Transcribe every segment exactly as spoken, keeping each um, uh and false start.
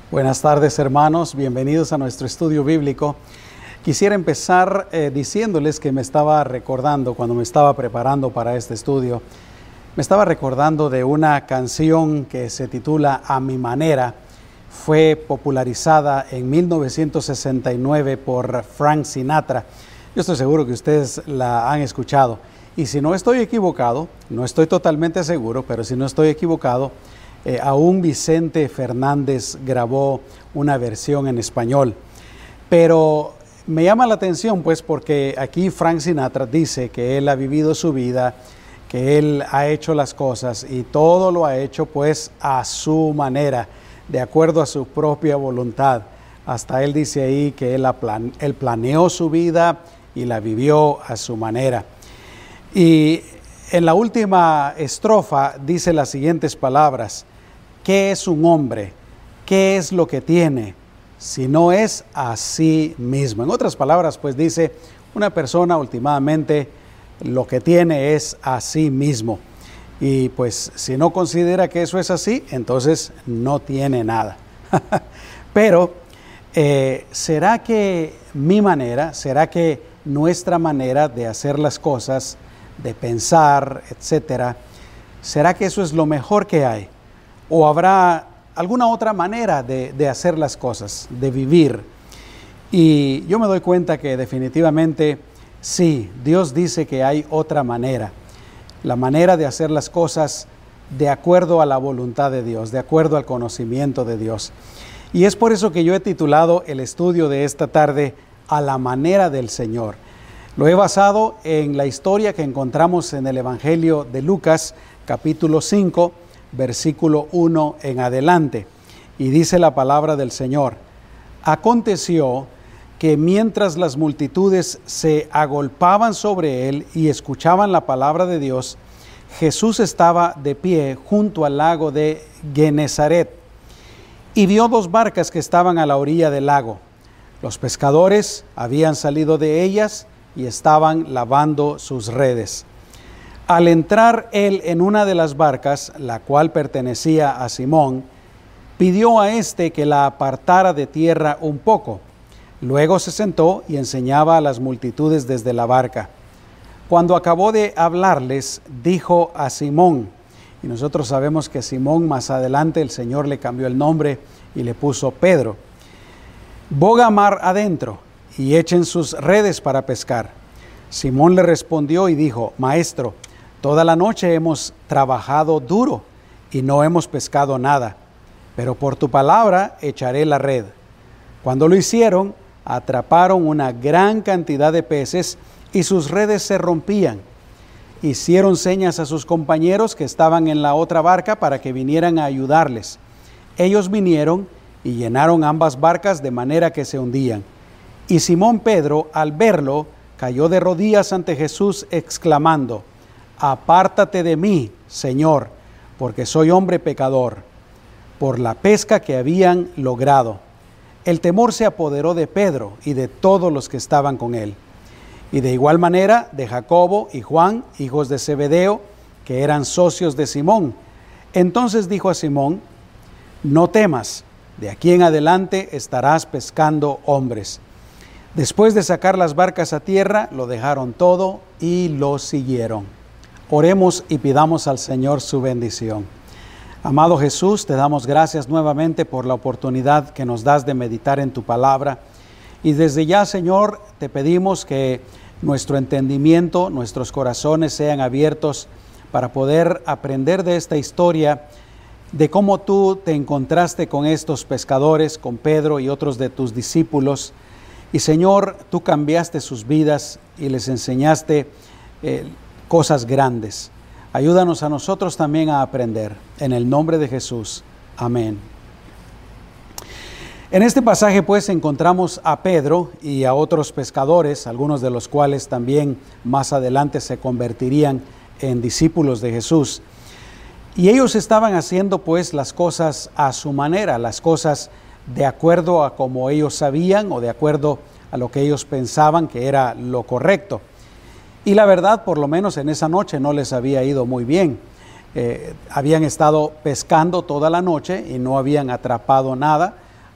Buenas tardes, hermanos, bienvenidos a nuestro estudio bíblico. Quisiera empezar eh, diciéndoles que me estaba recordando, cuando me estaba preparando para este estudio, me estaba recordando de una canción que se titula A Mi Manera. Fue popularizada en mil novecientos sesenta y nueve por Frank Sinatra. Yo estoy seguro que ustedes la han escuchado. Y si no estoy equivocado, no estoy totalmente seguro, pero si no estoy equivocado, Eh, aún Vicente Fernández grabó una versión en español. Pero me llama la atención pues porque aquí Frank Sinatra dice que él ha vivido su vida, que él ha hecho las cosas y todo lo ha hecho pues a su manera, de acuerdo a su propia voluntad. Hasta él dice ahí que él, plan, él planeó su vida y la vivió a su manera. Y en la última estrofa dice las siguientes palabras: ¿qué es un hombre? ¿Qué es lo que tiene? Si no es a sí mismo. En otras palabras, pues dice, una persona últimamente lo que tiene es a sí mismo. Y pues si no considera que eso es así, entonces no tiene nada. Pero, eh, ¿será que mi manera, será que nuestra manera de hacer las cosas, de pensar, etcétera, será que eso es lo mejor que hay? ¿O habrá alguna otra manera de, de hacer las cosas, de vivir? Y yo me doy cuenta que definitivamente sí, Dios dice que hay otra manera. La manera de hacer las cosas de acuerdo a la voluntad de Dios, de acuerdo al conocimiento de Dios. Y es por eso que yo he titulado el estudio de esta tarde A la manera del Señor. Lo he basado en la historia que encontramos en el Evangelio de Lucas, capítulo cinco, versículo uno en adelante. Y dice la palabra del Señor: aconteció que mientras las multitudes se agolpaban sobre él y escuchaban la palabra de Dios, Jesús estaba de pie junto al lago de Genezaret y vio dos barcas que estaban a la orilla del lago. Los pescadores habían salido de ellas y estaban lavando sus redes. Al entrar él en una de las barcas, la cual pertenecía a Simón, pidió a éste que la apartara de tierra un poco. Luego se sentó y enseñaba a las multitudes desde la barca. Cuando acabó de hablarles, dijo a Simón, y nosotros sabemos que Simón más adelante el Señor le cambió el nombre y le puso Pedro: boga mar adentro y echen sus redes para pescar. Simón le respondió y dijo: Maestro, toda la noche hemos trabajado duro y no hemos pescado nada, pero por tu palabra echaré la red. Cuando lo hicieron, atraparon una gran cantidad de peces y sus redes se rompían. Hicieron señas a sus compañeros que estaban en la otra barca para que vinieran a ayudarles. Ellos vinieron y llenaron ambas barcas de manera que se hundían. Y Simón Pedro, al verlo, cayó de rodillas ante Jesús, exclamando: apártate de mí, Señor, porque soy hombre pecador, por la pesca que habían logrado. El temor se apoderó de Pedro y de todos los que estaban con él. Y de igual manera de Jacobo y Juan, hijos de Zebedeo, que eran socios de Simón. Entonces dijo a Simón: no temas, de aquí en adelante estarás pescando hombres. Después de sacar las barcas a tierra, lo dejaron todo y lo siguieron. Oremos y pidamos al Señor su bendición. Amado Jesús, te damos gracias nuevamente por la oportunidad que nos das de meditar en tu palabra. Y desde ya, Señor, te pedimos que nuestro entendimiento, nuestros corazones sean abiertos para poder aprender de esta historia, de cómo tú te encontraste con estos pescadores, con Pedro y otros de tus discípulos. Y Señor, tú cambiaste sus vidas y les enseñaste eh, cosas grandes. Ayúdanos a nosotros también a aprender. En el nombre de Jesús. Amén. En este pasaje pues encontramos a Pedro y a otros pescadores, algunos de los cuales también más adelante se convertirían en discípulos de Jesús. Y ellos estaban haciendo pues las cosas a su manera, las cosas de acuerdo a como ellos sabían o de acuerdo a lo que ellos pensaban que era lo correcto. Y la verdad, por lo menos en esa noche no les había ido muy bien. Eh, habían estado pescando toda la noche y no habían atrapado nada.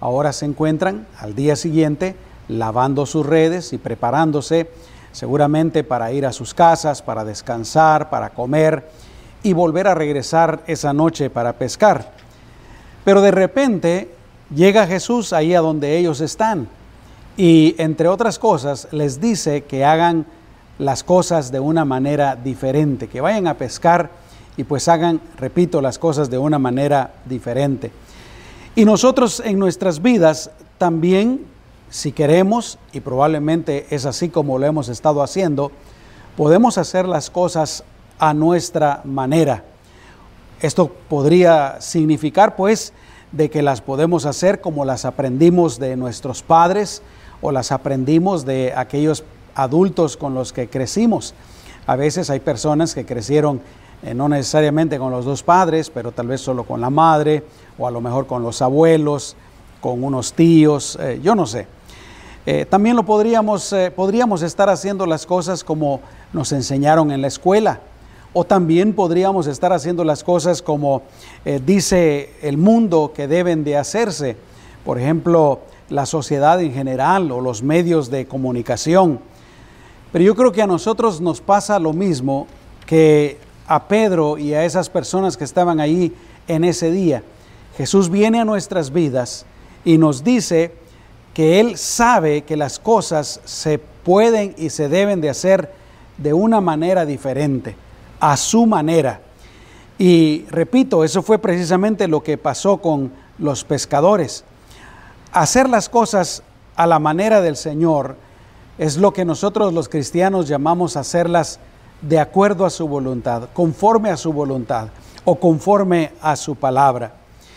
ahora se encuentran al día siguiente lavando sus redes y preparándose seguramente para ir a sus casas, para descansar, para comer y volver a regresar esa noche para pescar. Pero de repente llega Jesús ahí a donde ellos están y, entre otras cosas, les dice que hagan las cosas de una manera diferente, que vayan a pescar y pues hagan, repito, las cosas de una manera diferente. Y nosotros en nuestras vidas también, si queremos, y probablemente es así como lo hemos estado haciendo, podemos hacer las cosas a nuestra manera. Esto podría significar pues de que las podemos hacer como las aprendimos de nuestros padres o las aprendimos de aquellos adultos con los que crecimos. A veces hay personas que crecieron eh, no necesariamente con los dos padres, pero tal vez solo con la madre o a lo mejor con los abuelos, con unos tíos, eh, yo no sé. Eh, también lo podríamos, eh, podríamos estar haciendo las cosas como nos enseñaron en la escuela, o también podríamos estar haciendo las cosas como eh, dice el mundo que deben de hacerse, por ejemplo, la sociedad en general o los medios de comunicación. Pero yo creo que a nosotros nos pasa lo mismo que a Pedro y a esas personas que estaban ahí en ese día. Jesús viene a nuestras vidas y nos dice que Él sabe que las cosas se pueden y se deben de hacer de una manera diferente, a su manera. Y repito, eso fue precisamente lo que pasó con los pescadores. Hacer las cosas a la manera del Señor es lo que nosotros los cristianos llamamos hacerlas de acuerdo a su voluntad, conforme a su voluntad o conforme a su palabra.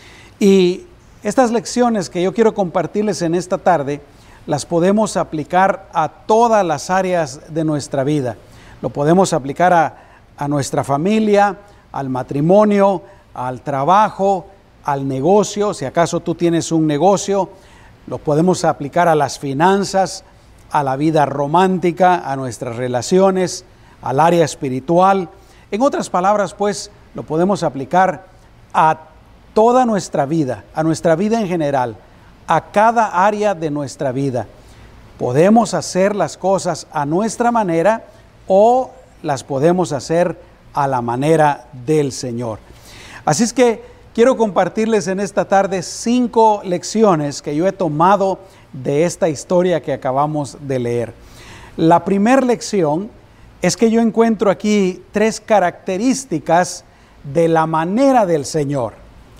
Y estas lecciones que yo quiero compartirles en esta tarde, las podemos aplicar a todas las áreas de nuestra vida. Lo podemos aplicar a, a nuestra familia, al matrimonio, al trabajo, al negocio. Si acaso tú tienes un negocio, lo podemos aplicar a las finanzas, a la vida romántica, a nuestras relaciones, al área espiritual. En otras palabras, pues, lo podemos aplicar a toda nuestra vida, a nuestra vida en general, a cada área de nuestra vida. Podemos hacer las cosas a nuestra manera o las podemos hacer a la manera del Señor. Así es que quiero compartirles en esta tarde cinco lecciones que yo he tomado de esta historia que acabamos de leer. La primera lección es que yo encuentro aquí tres características de la manera del Señor.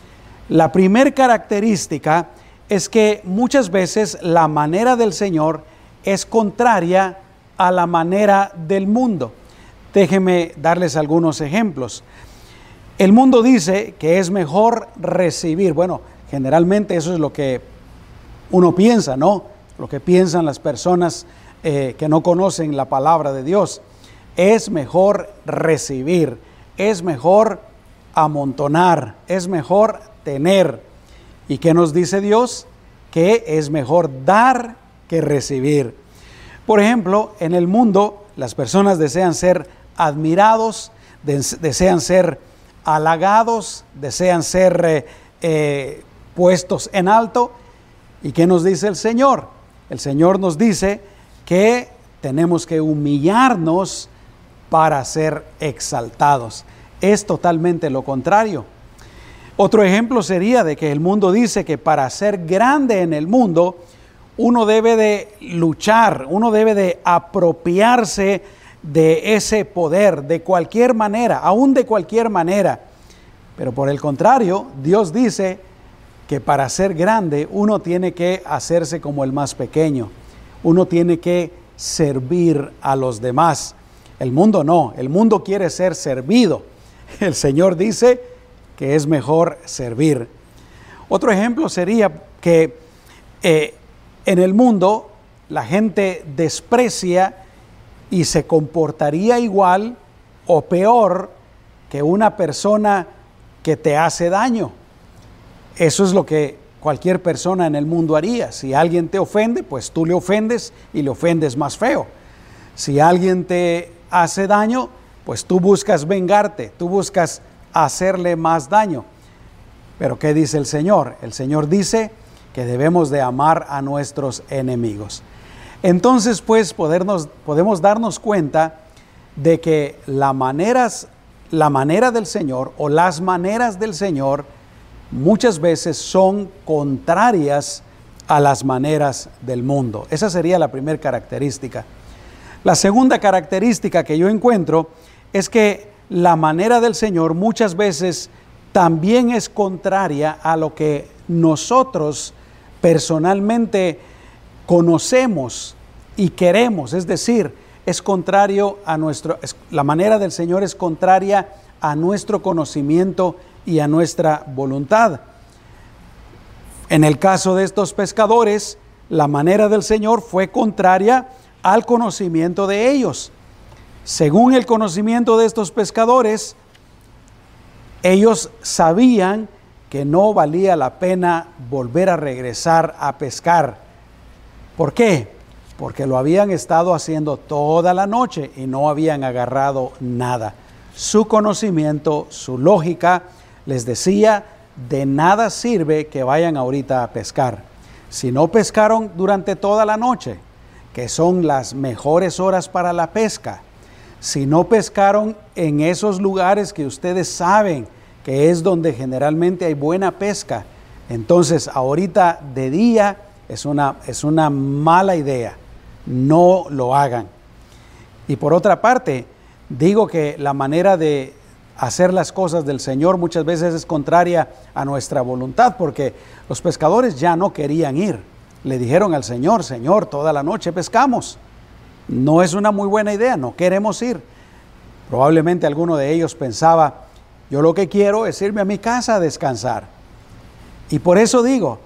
La primera característica es que muchas veces la manera del Señor es contraria a la manera del mundo. Déjenme darles algunos ejemplos. El mundo dice que es mejor recibir. Bueno, generalmente eso es lo que uno piensa, ¿no? Lo que piensan las personas eh, que no conocen la palabra de Dios. Es mejor recibir, es mejor amontonar, es mejor tener. ¿Y qué nos dice Dios? Que es mejor dar que recibir. Por ejemplo, en el mundo las personas desean ser admirados, desean ser halagados, desean ser eh, eh, puestos en alto. ¿Y qué nos dice el Señor? El Señor nos dice que tenemos que humillarnos para ser exaltados. Es totalmente lo contrario. Otro ejemplo sería de que el mundo dice que para ser grande en el mundo, uno debe de luchar, uno debe de apropiarse de ese poder de cualquier manera, aún de cualquier manera. Pero por el contrario, Dios dice que para ser grande uno tiene que hacerse como el más pequeño, uno tiene que servir a los demás. El mundo no, el mundo quiere ser servido. El Señor dice que es mejor servir. Otro ejemplo sería que eh, en el mundo la gente desprecia y se comportaría igual o peor que una persona que te hace daño. Eso es lo que cualquier persona en el mundo haría. Si alguien te ofende, pues tú le ofendes y le ofendes más feo. Si alguien te hace daño, pues tú buscas vengarte, tú buscas hacerle más daño. Pero ¿qué dice el Señor? El Señor dice que debemos de amar a nuestros enemigos. Entonces, pues, podernos, podemos darnos cuenta de que la, maneras, la manera del Señor o las maneras del Señor muchas veces son contrarias a las maneras del mundo. Esa sería la primera característica. La segunda característica que yo encuentro es que la manera del Señor muchas veces también es contraria a lo que nosotros personalmente conocemos y queremos. Es decir, es contrario a nuestro, es, la manera del Señor es contraria a nuestro conocimiento y a nuestra voluntad. En el caso de estos pescadores, la manera del Señor fue contraria al conocimiento de ellos. Según el conocimiento de estos pescadores, ellos sabían que no valía la pena volver a regresar a pescar. ¿Por qué? Porque lo habían estado haciendo toda la noche y no habían agarrado nada. Su conocimiento, su lógica les decía: de nada sirve que vayan ahorita a pescar. Si no pescaron durante toda la noche, que son las mejores horas para la pesca, si no pescaron en esos lugares que ustedes saben que es donde generalmente hay buena pesca, entonces ahorita de día es una, es una mala idea. No lo hagan. Y por otra parte, digo que la manera de hacer las cosas del Señor muchas veces es contraria a nuestra voluntad, porque los pescadores ya no querían ir. Le dijeron al Señor: Señor, toda la noche pescamos. No es una muy buena idea, no queremos ir. Probablemente alguno de ellos pensaba: yo lo que quiero es irme a mi casa a descansar. Y por eso digo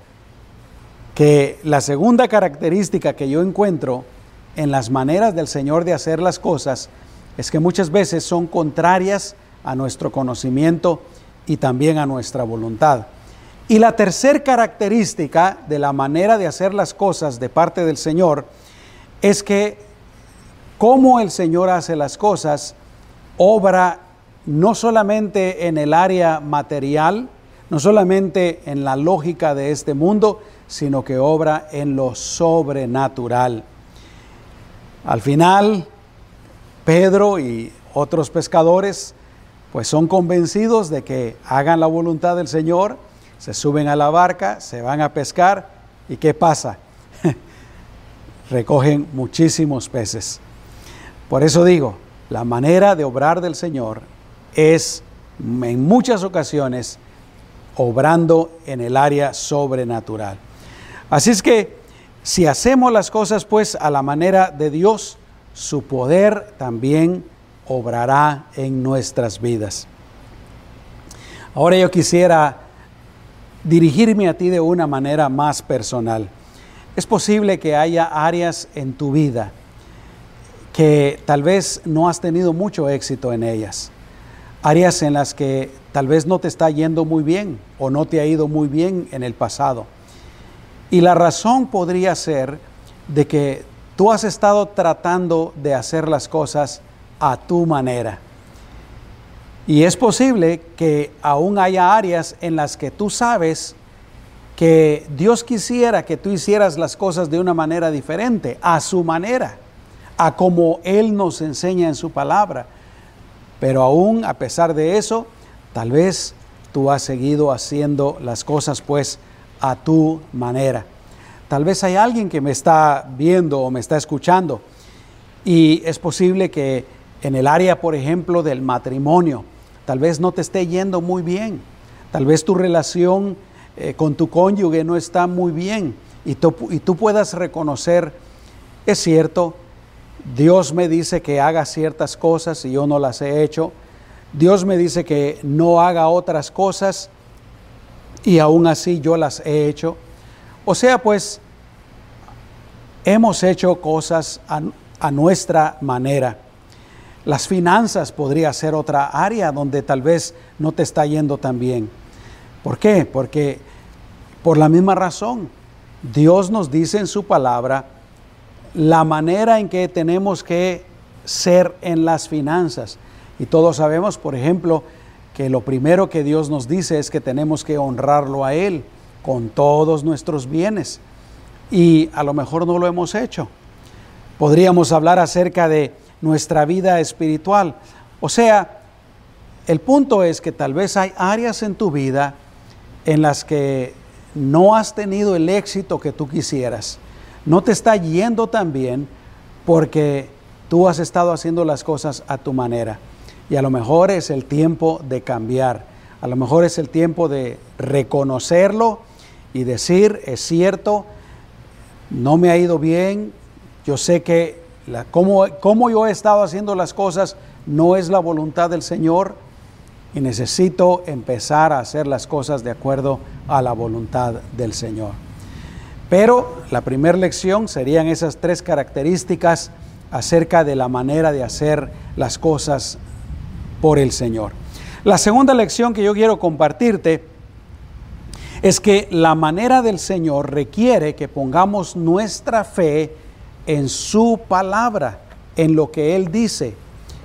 que la segunda característica que yo encuentro en las maneras del Señor de hacer las cosas es que muchas veces son contrarias a nuestro conocimiento y también a nuestra voluntad. Y la tercera característica de la manera de hacer las cosas de parte del Señor es que cómo el Señor hace las cosas obra no solamente en el área material, no solamente en la lógica de este mundo, sino que obra en lo sobrenatural. Al final, Pedro y otros pescadores pues son convencidos de que hagan la voluntad del Señor, se suben a la barca, se van a pescar, ¿y qué pasa? Recogen muchísimos peces. Por eso digo, la manera de obrar del Señor es en muchas ocasiones obrando en el área sobrenatural. Así es que si hacemos las cosas pues a la manera de Dios, su poder también obrará en nuestras vidas. Ahora yo quisiera dirigirme a ti de una manera más personal. Es posible que haya áreas en tu vida que tal vez no has tenido mucho éxito en ellas. Áreas en las que tal vez no te está yendo muy bien o no te ha ido muy bien en el pasado. Y la razón podría ser de que tú has estado tratando de hacer las cosas a tu manera. Y es posible que aún haya áreas en las que tú sabes que Dios quisiera que tú hicieras las cosas de una manera diferente, a su manera, a como Él nos enseña en su palabra. Pero aún a pesar de eso, tal vez tú has seguido haciendo las cosas pues a tu manera. Tal vez hay alguien que me está viendo o me está escuchando y es posible que en el área, por ejemplo, del matrimonio, tal vez no te esté yendo muy bien. Tal vez tu relación eh, con tu cónyuge no está muy bien y tú, y tú puedas reconocer: es cierto, Dios me dice que haga ciertas cosas y yo no las he hecho. Dios me dice que no haga otras cosas y aún así yo las he hecho. O sea, pues, hemos hecho cosas a, a nuestra manera. Las finanzas podría ser otra área donde tal vez no te está yendo tan bien. ¿Por qué? Porque por la misma razón, Dios nos dice en su palabra la manera en que tenemos que ser en las finanzas. Y todos sabemos, por ejemplo, que lo primero que Dios nos dice es que tenemos que honrarlo a Él con todos nuestros bienes. Y a lo mejor no lo hemos hecho. Podríamos hablar acerca de nuestra vida espiritual. O sea, el punto es que tal vez hay áreas en tu vida en las que no has tenido el éxito que tú quisieras. No te está yendo tan bien porque tú has estado haciendo las cosas a tu manera. Y a lo mejor es el tiempo de cambiar. A lo mejor es el tiempo de reconocerlo y decir, es cierto, no me ha ido bien. Yo sé que la, como, como yo he estado haciendo las cosas no es la voluntad del Señor y necesito empezar a hacer las cosas de acuerdo a la voluntad del Señor. Pero la primera lección serían esas tres características acerca de la manera de hacer las cosas por el Señor. La segunda lección que yo quiero compartirte es que la manera del Señor requiere que pongamos nuestra fe en su palabra, en lo que Él dice,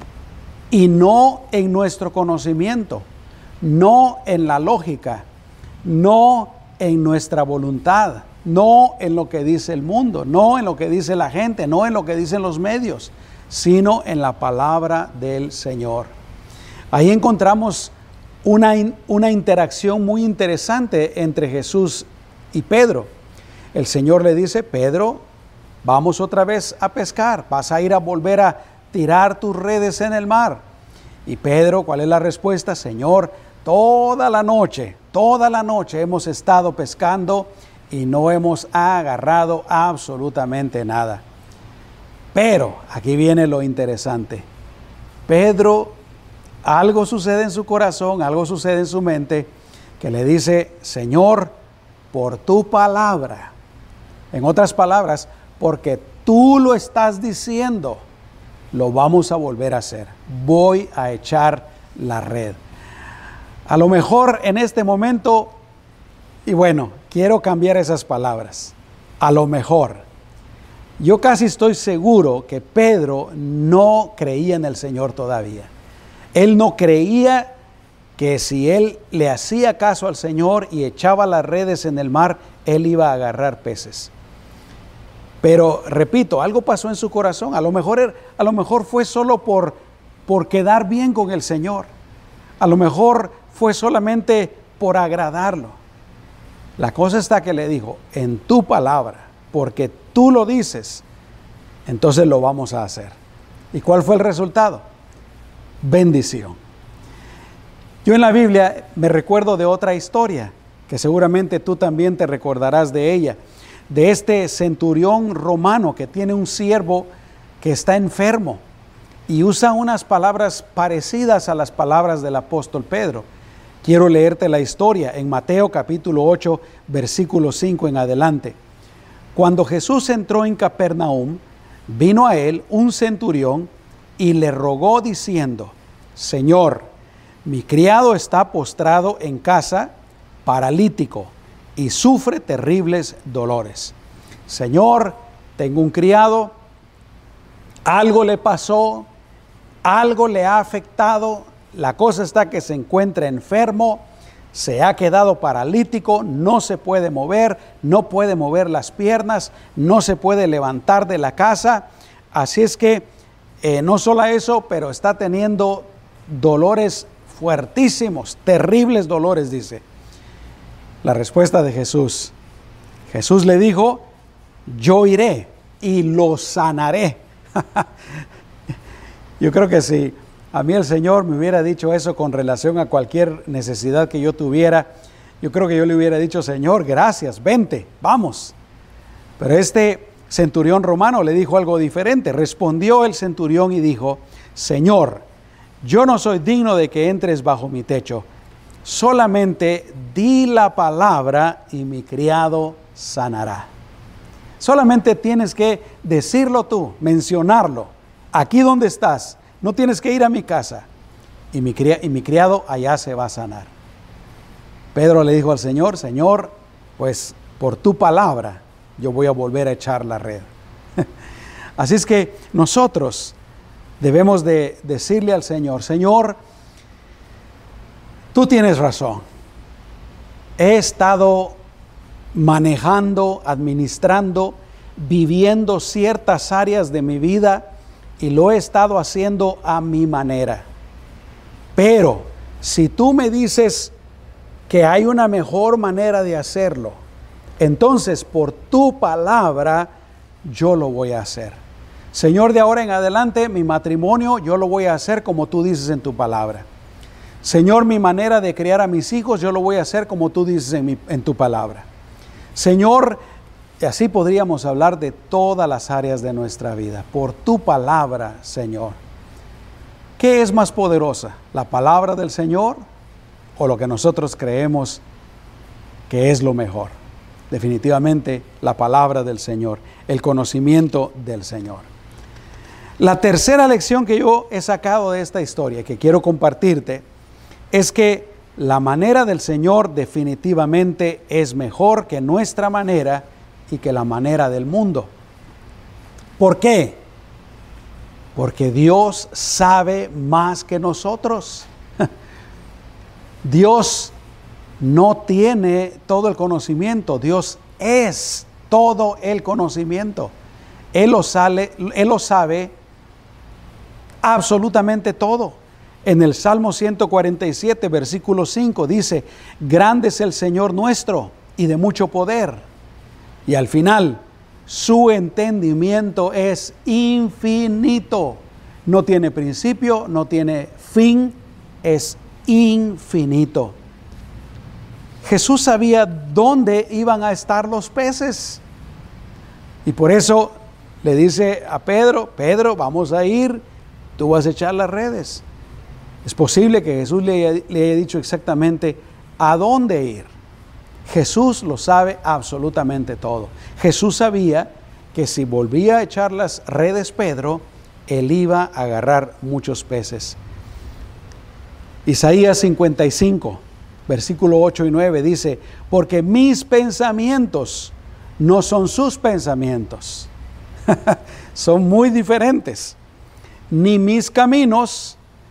y no en nuestro conocimiento, no en la lógica, no en nuestra voluntad, no en lo que dice el mundo, no en lo que dice la gente, no en lo que dicen los medios, sino en la palabra del Señor. Ahí encontramos una, una interacción muy interesante entre Jesús y Pedro. El Señor le dice, Pedro, vamos otra vez a pescar, vas a ir a volver a tirar tus redes en el mar. Y Pedro, ¿cuál es la respuesta? Señor, toda la noche, toda la noche hemos estado pescando y no hemos agarrado absolutamente nada. Pero, aquí viene lo interesante. Pedro, algo sucede en su corazón, algo sucede en su mente, que le dice, Señor, por tu palabra, en otras palabras, porque tú lo estás diciendo, lo vamos a volver a hacer. Voy a echar la red. A lo mejor en este momento, y bueno, quiero cambiar esas palabras. A lo mejor. Yo casi estoy seguro que Pedro no creía en el Señor todavía. Él no creía que si él le hacía caso al Señor y echaba las redes en el mar, él iba a agarrar peces. Pero repito, algo pasó en su corazón. A lo mejor, a lo mejor fue solo por, por quedar bien con el Señor. A lo mejor fue solamente por agradarlo. La cosa está que le dijo, en tu palabra, porque tú lo dices, entonces lo vamos a hacer. ¿Y cuál fue el resultado? Bendición. Yo en la Biblia me recuerdo de otra historia, que seguramente tú también te recordarás de ella, de este centurión romano que tiene un siervo que está enfermo y usa unas palabras parecidas a las palabras del apóstol Pedro. Quiero leerte la historia en Mateo capítulo ocho, versículo cinco en adelante. Cuando Jesús entró en Capernaum, vino a él un centurión y le rogó diciendo, Señor, mi criado está postrado en casa, paralítico, y sufre terribles dolores. Señor, tengo un criado, algo le pasó, algo le ha afectado, la cosa está que se encuentra enfermo, se ha quedado paralítico, no se puede mover, no puede mover las piernas, no se puede levantar de la casa, así es que eh, no solo eso, pero está teniendo dolores fuertísimos, terribles dolores, dice. La respuesta de Jesús. Jesús le dijo, yo iré y lo sanaré. Yo creo que si a mí el Señor me hubiera dicho eso con relación a cualquier necesidad que yo tuviera, yo creo que yo le hubiera dicho, Señor, gracias, vente, vamos. Pero este centurión romano le dijo algo diferente. Respondió el centurión y dijo, Señor, yo no soy digno de que entres bajo mi techo. Solamente di la palabra y mi criado sanará. Solamente tienes que decirlo tú, mencionarlo. Aquí donde estás, no tienes que ir a mi casa. Y mi, cri- y mi criado allá se va a sanar. Pedro le dijo al Señor, Señor, pues por tu palabra yo voy a volver a echar la red. Así es que nosotros debemos de decirle al Señor, Señor, tú tienes razón. He estado manejando, administrando, viviendo ciertas áreas de mi vida y lo he estado haciendo a mi manera. Pero si tú me dices que hay una mejor manera de hacerlo, entonces por tu palabra yo lo voy a hacer. Señor, de ahora en adelante mi matrimonio yo lo voy a hacer como tú dices en tu palabra. Señor, mi manera de criar a mis hijos yo lo voy a hacer como tú dices en, mi, en tu palabra. Señor, y así podríamos hablar de todas las áreas de nuestra vida. Por tu palabra, Señor. ¿Qué es más poderosa? ¿La palabra del Señor o lo que nosotros creemos que es lo mejor? Definitivamente la palabra del Señor, el conocimiento del Señor. La tercera lección que yo he sacado de esta historia, que quiero compartirte, es que la manera del Señor definitivamente es mejor que nuestra manera y que la manera del mundo. ¿Por qué? Porque Dios sabe más que nosotros. Dios no tiene todo el conocimiento, Dios es todo el conocimiento. Él lo sabe, Él lo sabe absolutamente todo. En el Salmo ciento cuarenta y siete, versículo cinco, dice: grande es el Señor nuestro y de mucho poder. Y al final, su entendimiento es infinito. No tiene principio, no tiene fin, es infinito. Jesús sabía dónde iban a estar los peces. Y por eso le dice a Pedro: Pedro, vamos a ir, tú vas a echar las redes. Es posible que Jesús le, le haya dicho exactamente a dónde ir. Jesús lo sabe absolutamente todo. Jesús sabía que si volvía a echar las redes Pedro, él iba a agarrar muchos peces. Isaías cincuenta y cinco, versículo ocho y nueve dice: porque mis pensamientos no son sus pensamientos. Son muy diferentes. Ni mis caminos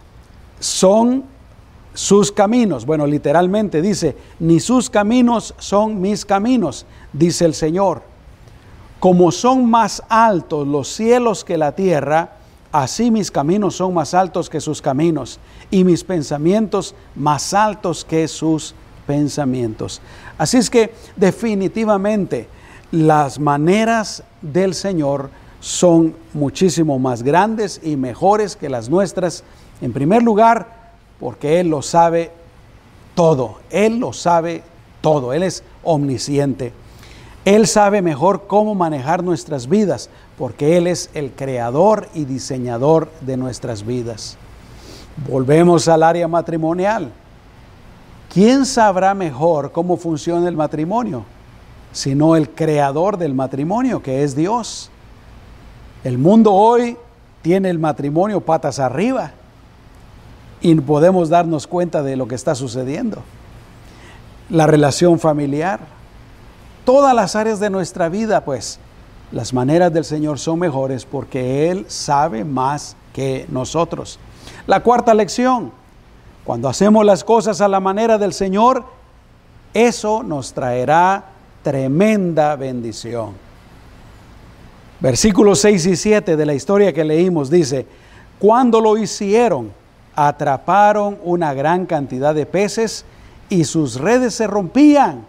son sus caminos. Bueno, literalmente dice: ni sus caminos son mis caminos, dice el Señor. Como son más altos los cielos que la tierra, así mis caminos son más altos que sus caminos, y mis pensamientos más altos que sus pensamientos. Así es que definitivamente las maneras del Señor son muchísimo más grandes y mejores que las nuestras. En primer lugar, porque Él lo sabe todo. Él lo sabe todo. Él es omnisciente. Él sabe mejor cómo manejar nuestras vidas, porque Él es el creador y diseñador de nuestras vidas. Volvemos al área matrimonial. ¿Quién sabrá mejor cómo funciona el matrimonio? Sino el creador del matrimonio, que es Dios. El mundo hoy tiene el matrimonio patas arriba y podemos darnos cuenta de lo que está sucediendo. La relación familiar, todas las áreas de nuestra vida, pues las maneras del Señor son mejores porque Él sabe más que nosotros. La cuarta lección: cuando hacemos las cosas a la manera del Señor, eso nos traerá tremenda bendición. Versículos seis y siete de la historia que leímos dice: cuando lo hicieron, atraparon una gran cantidad de peces y sus redes se rompían.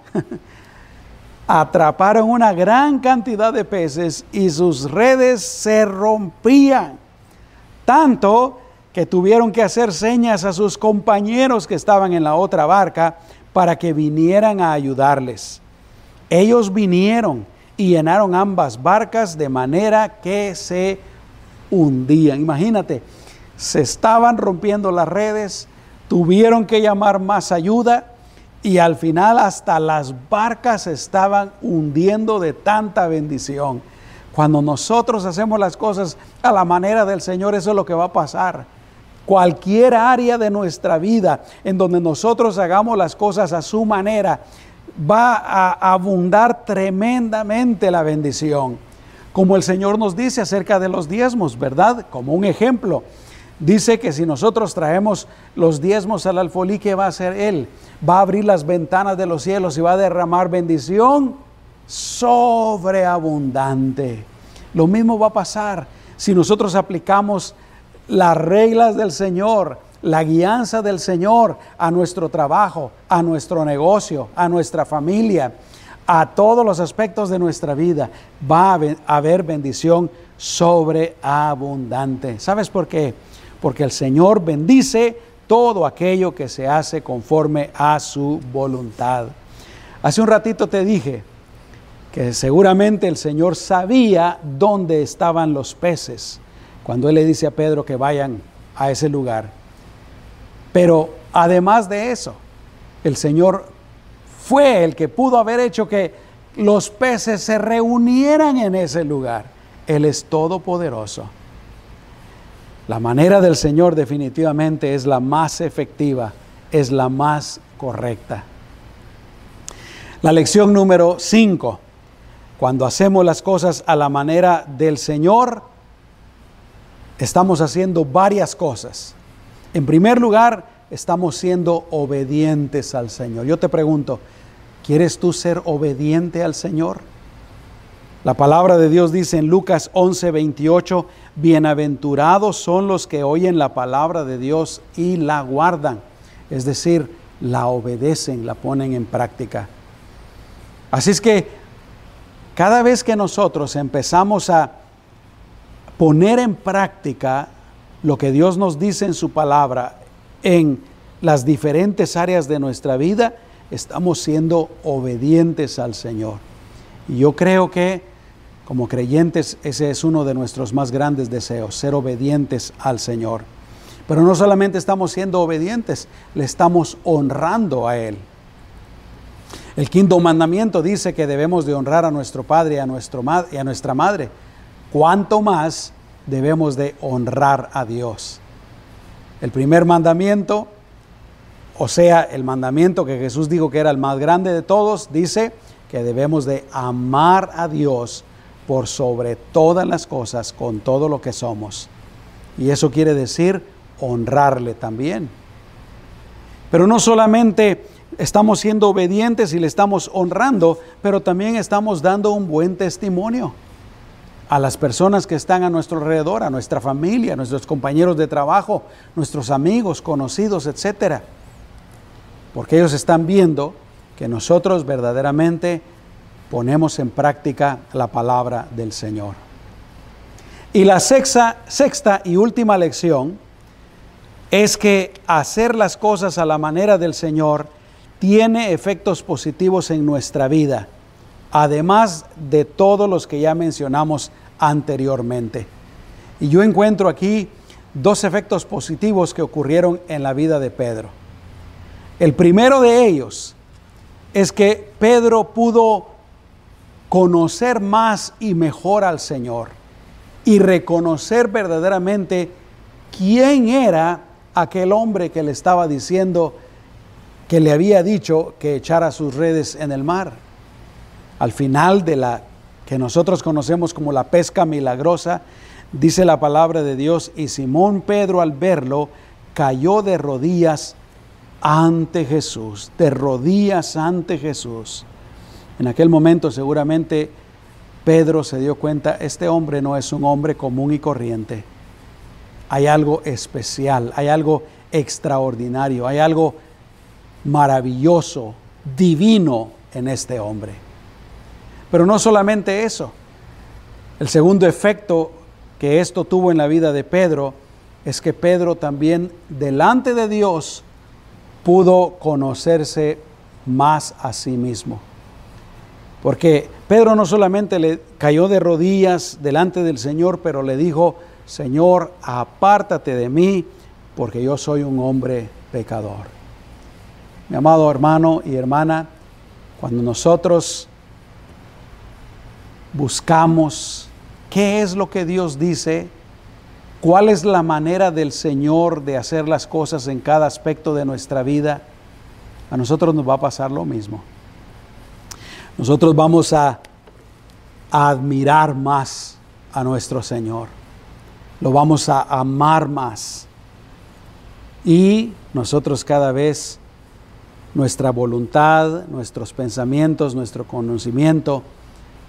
Atraparon una gran cantidad de peces y sus redes se rompían. Tanto que tuvieron que hacer señas a sus compañeros que estaban en la otra barca para que vinieran a ayudarles. Ellos vinieron y llenaron ambas barcas de manera que se hundían. Imagínate, se estaban rompiendo las redes, tuvieron que llamar más ayuda y al final hasta las barcas se estaban hundiendo de tanta bendición. Cuando nosotros hacemos las cosas a la manera del Señor, eso es lo que va a pasar. Cualquier área de nuestra vida en donde nosotros hagamos las cosas a su manera, va a abundar tremendamente la bendición. Como el Señor nos dice acerca de los diezmos, ¿verdad? Como un ejemplo. Dice que si nosotros traemos los diezmos al alfolí, ¿qué va a hacer Él? Va a abrir las ventanas de los cielos y va a derramar bendición sobreabundante. Lo mismo va a pasar si nosotros aplicamos las reglas del Señor, la guianza del Señor a nuestro trabajo, a nuestro negocio, a nuestra familia, a todos los aspectos de nuestra vida. Va a haber bendición sobreabundante. ¿Sabes por qué? Porque el Señor bendice todo aquello que se hace conforme a su voluntad. Hace un ratito te dije que seguramente el Señor sabía dónde estaban los peces cuando Él le dice a Pedro que vayan a ese lugar. Pero además de eso, el Señor fue el que pudo haber hecho que los peces se reunieran en ese lugar. Él es todopoderoso. La manera del Señor definitivamente es la más efectiva, es la más correcta. La lección número cinco. Cuando hacemos las cosas a la manera del Señor, estamos haciendo varias cosas. En primer lugar, estamos siendo obedientes al Señor. Yo te pregunto, ¿quieres tú ser obediente al Señor? La palabra de Dios dice en Lucas once veintiocho, bienaventurados son los que oyen la palabra de Dios y la guardan. Es decir, la obedecen, la ponen en práctica. Así es que cada vez que nosotros empezamos a poner en práctica lo que Dios nos dice en su palabra en las diferentes áreas de nuestra vida, estamos siendo obedientes al Señor. Y yo creo que como creyentes ese es uno de nuestros más grandes deseos, ser obedientes al Señor. Pero no solamente estamos siendo obedientes, le estamos honrando a Él. El quinto mandamiento dice que debemos de honrar a nuestro padre y a, nuestro ma- y a nuestra madre. ¿Cuánto más debemos de honrar a Dios? El primer mandamiento, o sea, el mandamiento que Jesús dijo que era el más grande de todos, dice que debemos de amar a Dios por sobre todas las cosas, con todo lo que somos. Y eso quiere decir honrarle también. Pero no solamente estamos siendo obedientes y le estamos honrando, pero también estamos dando un buen testimonio a las personas que están a nuestro alrededor, a nuestra familia, a nuestros compañeros de trabajo, nuestros amigos, conocidos, etcétera. Porque ellos están viendo que nosotros verdaderamente ponemos en práctica la palabra del Señor. Y la sexta, sexta y última lección es que hacer las cosas a la manera del Señor tiene efectos positivos en nuestra vida, además de todos los que ya mencionamos anteriormente. Y yo encuentro aquí dos efectos positivos que ocurrieron en la vida de Pedro. El primero de ellos es que Pedro pudo conocer más y mejor al Señor y reconocer verdaderamente quién era aquel hombre que le estaba diciendo, que le había dicho que echara sus redes en el mar. Al final de la que nosotros conocemos como la pesca milagrosa, dice la palabra de Dios, y Simón Pedro al verlo cayó de rodillas ante Jesús, de rodillas ante Jesús. En aquel momento seguramente Pedro se dio cuenta, este hombre no es un hombre común y corriente. Hay algo especial, hay algo extraordinario, hay algo maravilloso, divino en este hombre. Pero no solamente eso. El segundo efecto que esto tuvo en la vida de Pedro es que Pedro también delante de Dios pudo conocerse más a sí mismo. Porque Pedro no solamente le cayó de rodillas delante del Señor, pero le dijo, Señor, apártate de mí, porque yo soy un hombre pecador. Mi amado hermano y hermana, cuando nosotros buscamos qué es lo que Dios dice, cuál es la manera del Señor de hacer las cosas en cada aspecto de nuestra vida, a nosotros nos va a pasar lo mismo. Nosotros vamos a, a admirar más a nuestro Señor. Lo vamos a amar más. Y nosotros cada vez, nuestra voluntad, nuestros pensamientos, nuestro conocimiento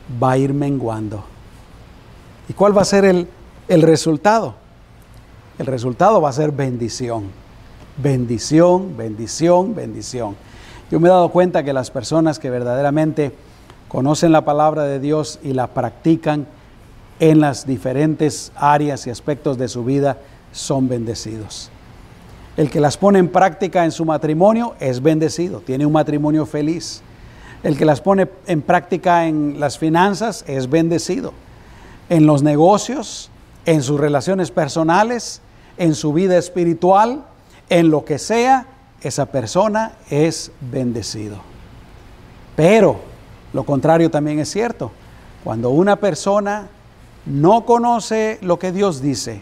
va a ir menguando. ¿Y cuál va a ser el, el resultado? El resultado va a ser bendición. Bendición, bendición, bendición. Yo me he dado cuenta que las personas que verdaderamente conocen la palabra de Dios y la practican en las diferentes áreas y aspectos de su vida son bendecidos. El que las pone en práctica en su matrimonio es bendecido, tiene un matrimonio feliz. El que las pone en práctica en las finanzas es bendecido. En los negocios, en sus relaciones personales, en su vida espiritual, en lo que sea, esa persona es bendecido. Pero lo contrario también es cierto. Cuando una persona no conoce lo que Dios dice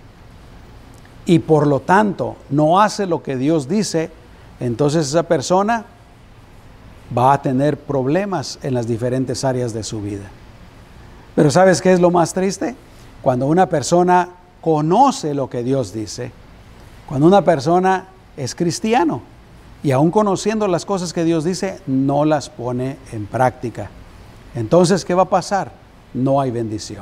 y por lo tanto no hace lo que Dios dice, entonces esa persona va a tener problemas en las diferentes áreas de su vida. Pero ¿sabes qué es lo más triste? Cuando una persona conoce lo que Dios dice, cuando una persona es cristiano y aún conociendo las cosas que Dios dice, no las pone en práctica. Entonces, ¿qué va a pasar? No hay bendición.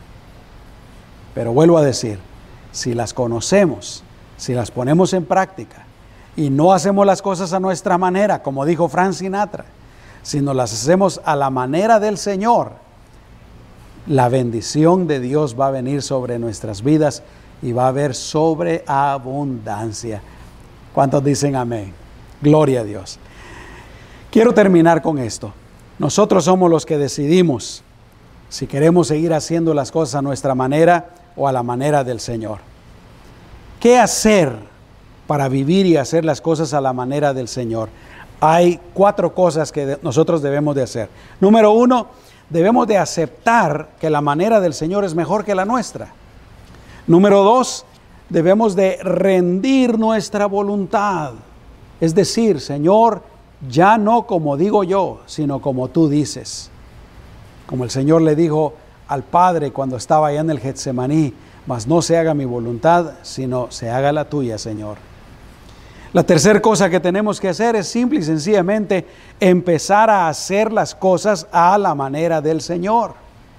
Pero vuelvo a decir, si las conocemos, si las ponemos en práctica y no hacemos las cosas a nuestra manera, como dijo Frank Sinatra, sino las hacemos a la manera del Señor, la bendición de Dios va a venir sobre nuestras vidas y va a haber sobreabundancia. ¿Cuántos dicen amén? Gloria a Dios. Quiero terminar con esto. Nosotros somos los que decidimos si queremos seguir haciendo las cosas a nuestra manera o a la manera del Señor. ¿Qué hacer para vivir y hacer las cosas a la manera del Señor? Hay cuatro cosas que nosotros debemos de hacer. Número uno, debemos de aceptar que la manera del Señor es mejor que la nuestra. Número dos, debemos de rendir nuestra voluntad. Es decir, Señor, ya no como digo yo, sino como tú dices. Como el Señor le dijo al Padre cuando estaba allá en el Getsemaní, mas no se haga mi voluntad, sino se haga la tuya, Señor. La tercera cosa que tenemos que hacer es simple y sencillamente empezar a hacer las cosas a la manera del Señor.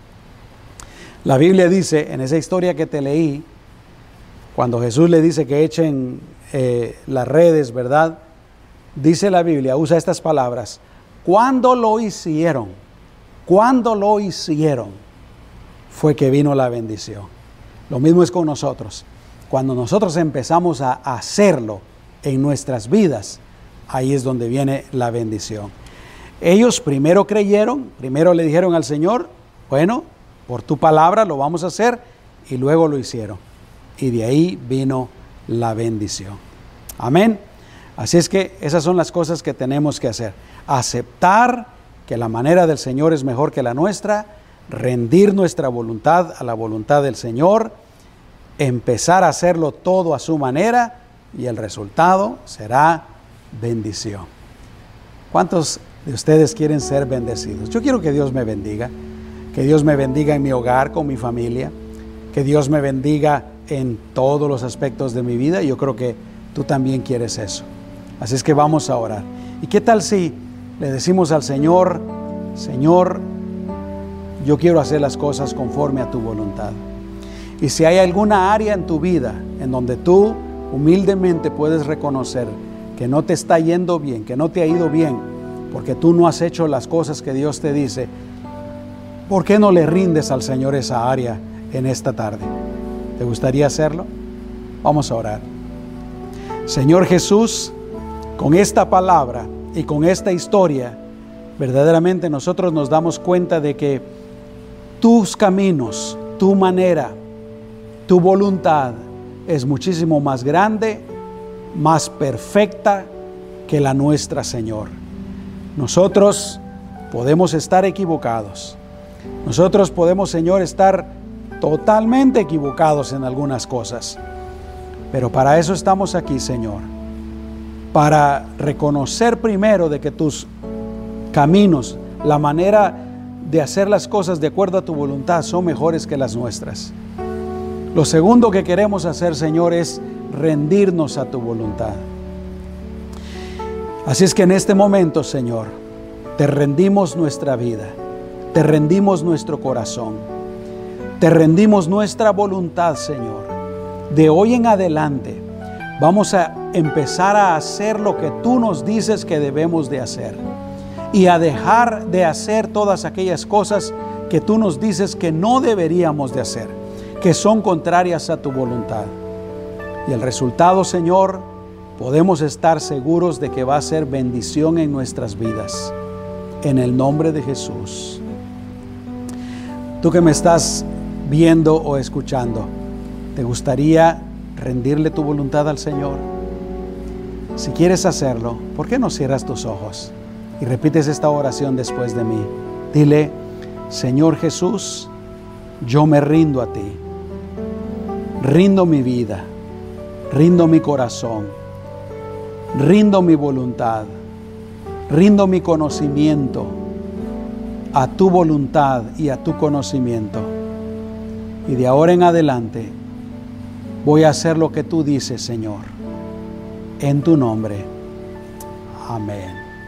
La Biblia dice, en esa historia que te leí, cuando Jesús le dice que echen eh, las redes, ¿verdad? Dice la Biblia, usa estas palabras, cuando lo hicieron, cuando lo hicieron, fue que vino la bendición. Lo mismo es con nosotros. Cuando nosotros empezamos a hacerlo en nuestras vidas, ahí es donde viene la bendición. Ellos primero creyeron, primero le dijeron al Señor, bueno, por tu palabra lo vamos a hacer, y luego lo hicieron. Y de ahí vino la bendición. Amén. Así es que esas son las cosas que tenemos que hacer. Aceptar que la manera del Señor es mejor que la nuestra, rendir nuestra voluntad a la voluntad del Señor, empezar a hacerlo todo a su manera, y el resultado será bendición. ¿Cuántos de ustedes quieren ser bendecidos? Yo quiero que Dios me bendiga, que Dios me bendiga en mi hogar, con mi familia, que Dios me bendiga en todos los aspectos de mi vida. Yo creo que tú también quieres eso. Así es que vamos a orar. ¿Y qué tal si le decimos al Señor, Señor, yo quiero hacer las cosas conforme a tu voluntad? Y si hay alguna área en tu vida en donde tú humildemente puedes reconocer que no te está yendo bien, que no te ha ido bien, porque tú no has hecho las cosas que Dios te dice, ¿por qué no le rindes al Señor esa área en esta tarde? ¿Te gustaría hacerlo? Vamos a orar. Señor Jesús, con esta palabra y con esta historia, verdaderamente nosotros nos damos cuenta de que tus caminos, tu manera, tu voluntad es muchísimo más grande, más perfecta que la nuestra, Señor. Nosotros podemos estar equivocados. Nosotros podemos, Señor, estar totalmente equivocados en algunas cosas. Pero para eso estamos aquí, Señor. Para reconocer primero de que tus caminos, la manera de hacer las cosas de acuerdo a tu voluntad son mejores que las nuestras. Lo segundo que queremos hacer, Señor, es rendirnos a tu voluntad. Así es que en este momento, Señor, te rendimos nuestra vida, te rendimos nuestro corazón, te rendimos nuestra voluntad, Señor. De hoy en adelante vamos a empezar a hacer lo que tú nos dices que debemos de hacer y a dejar de hacer todas aquellas cosas que tú nos dices que no deberíamos de hacer, que son contrarias a tu voluntad. Y el resultado, Señor, podemos estar seguros de que va a ser bendición en nuestras vidas. En el nombre de Jesús. Tú que me estás viendo o escuchando, ¿te gustaría rendirle tu voluntad al Señor? Si quieres hacerlo, ¿por qué no cierras tus ojos y repites esta oración después de mí? Dile: Señor Jesús, yo me rindo a ti. Rindo mi vida, rindo mi corazón, rindo mi voluntad, rindo mi conocimiento a tu voluntad y a tu conocimiento. Y de ahora en adelante voy a hacer lo que tú dices, Señor, en tu nombre. Amén.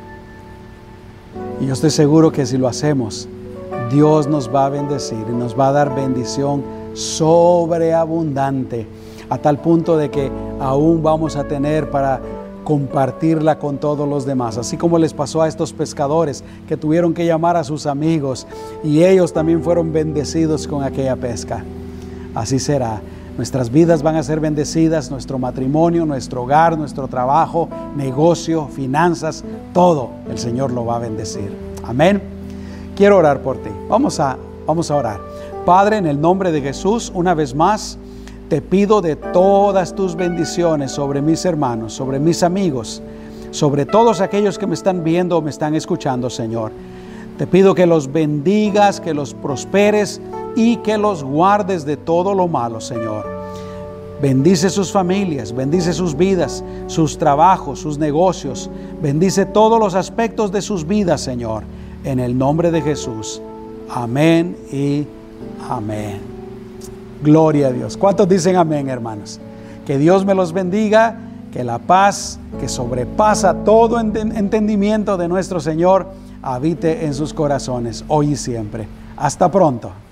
Y yo estoy seguro que si lo hacemos, Dios nos va a bendecir y nos va a dar bendición sobreabundante, a tal punto de que aún vamos a tener para compartirla con todos los demás, así como les pasó a estos pescadores que tuvieron que llamar a sus amigos y ellos también fueron bendecidos con aquella pesca. Así será. Nuestras vidas van a ser bendecidas, nuestro matrimonio, nuestro hogar, nuestro trabajo, negocio, finanzas, todo el Señor lo va a bendecir. Amén. Quiero orar por ti. Vamos a, vamos a orar. Padre, en el nombre de Jesús, una vez más, te pido de todas tus bendiciones sobre mis hermanos, sobre mis amigos, sobre todos aquellos que me están viendo o me están escuchando, Señor. Te pido que los bendigas, que los prosperes y que los guardes de todo lo malo, Señor. Bendice sus familias, bendice sus vidas, sus trabajos, sus negocios. Bendice todos los aspectos de sus vidas, Señor. En el nombre de Jesús. Amén y amén. Gloria a Dios. ¿Cuántos dicen amén, hermanos? Que Dios me los bendiga, que la paz que sobrepasa todo entendimiento de nuestro Señor habite en sus corazones hoy y siempre. Hasta pronto.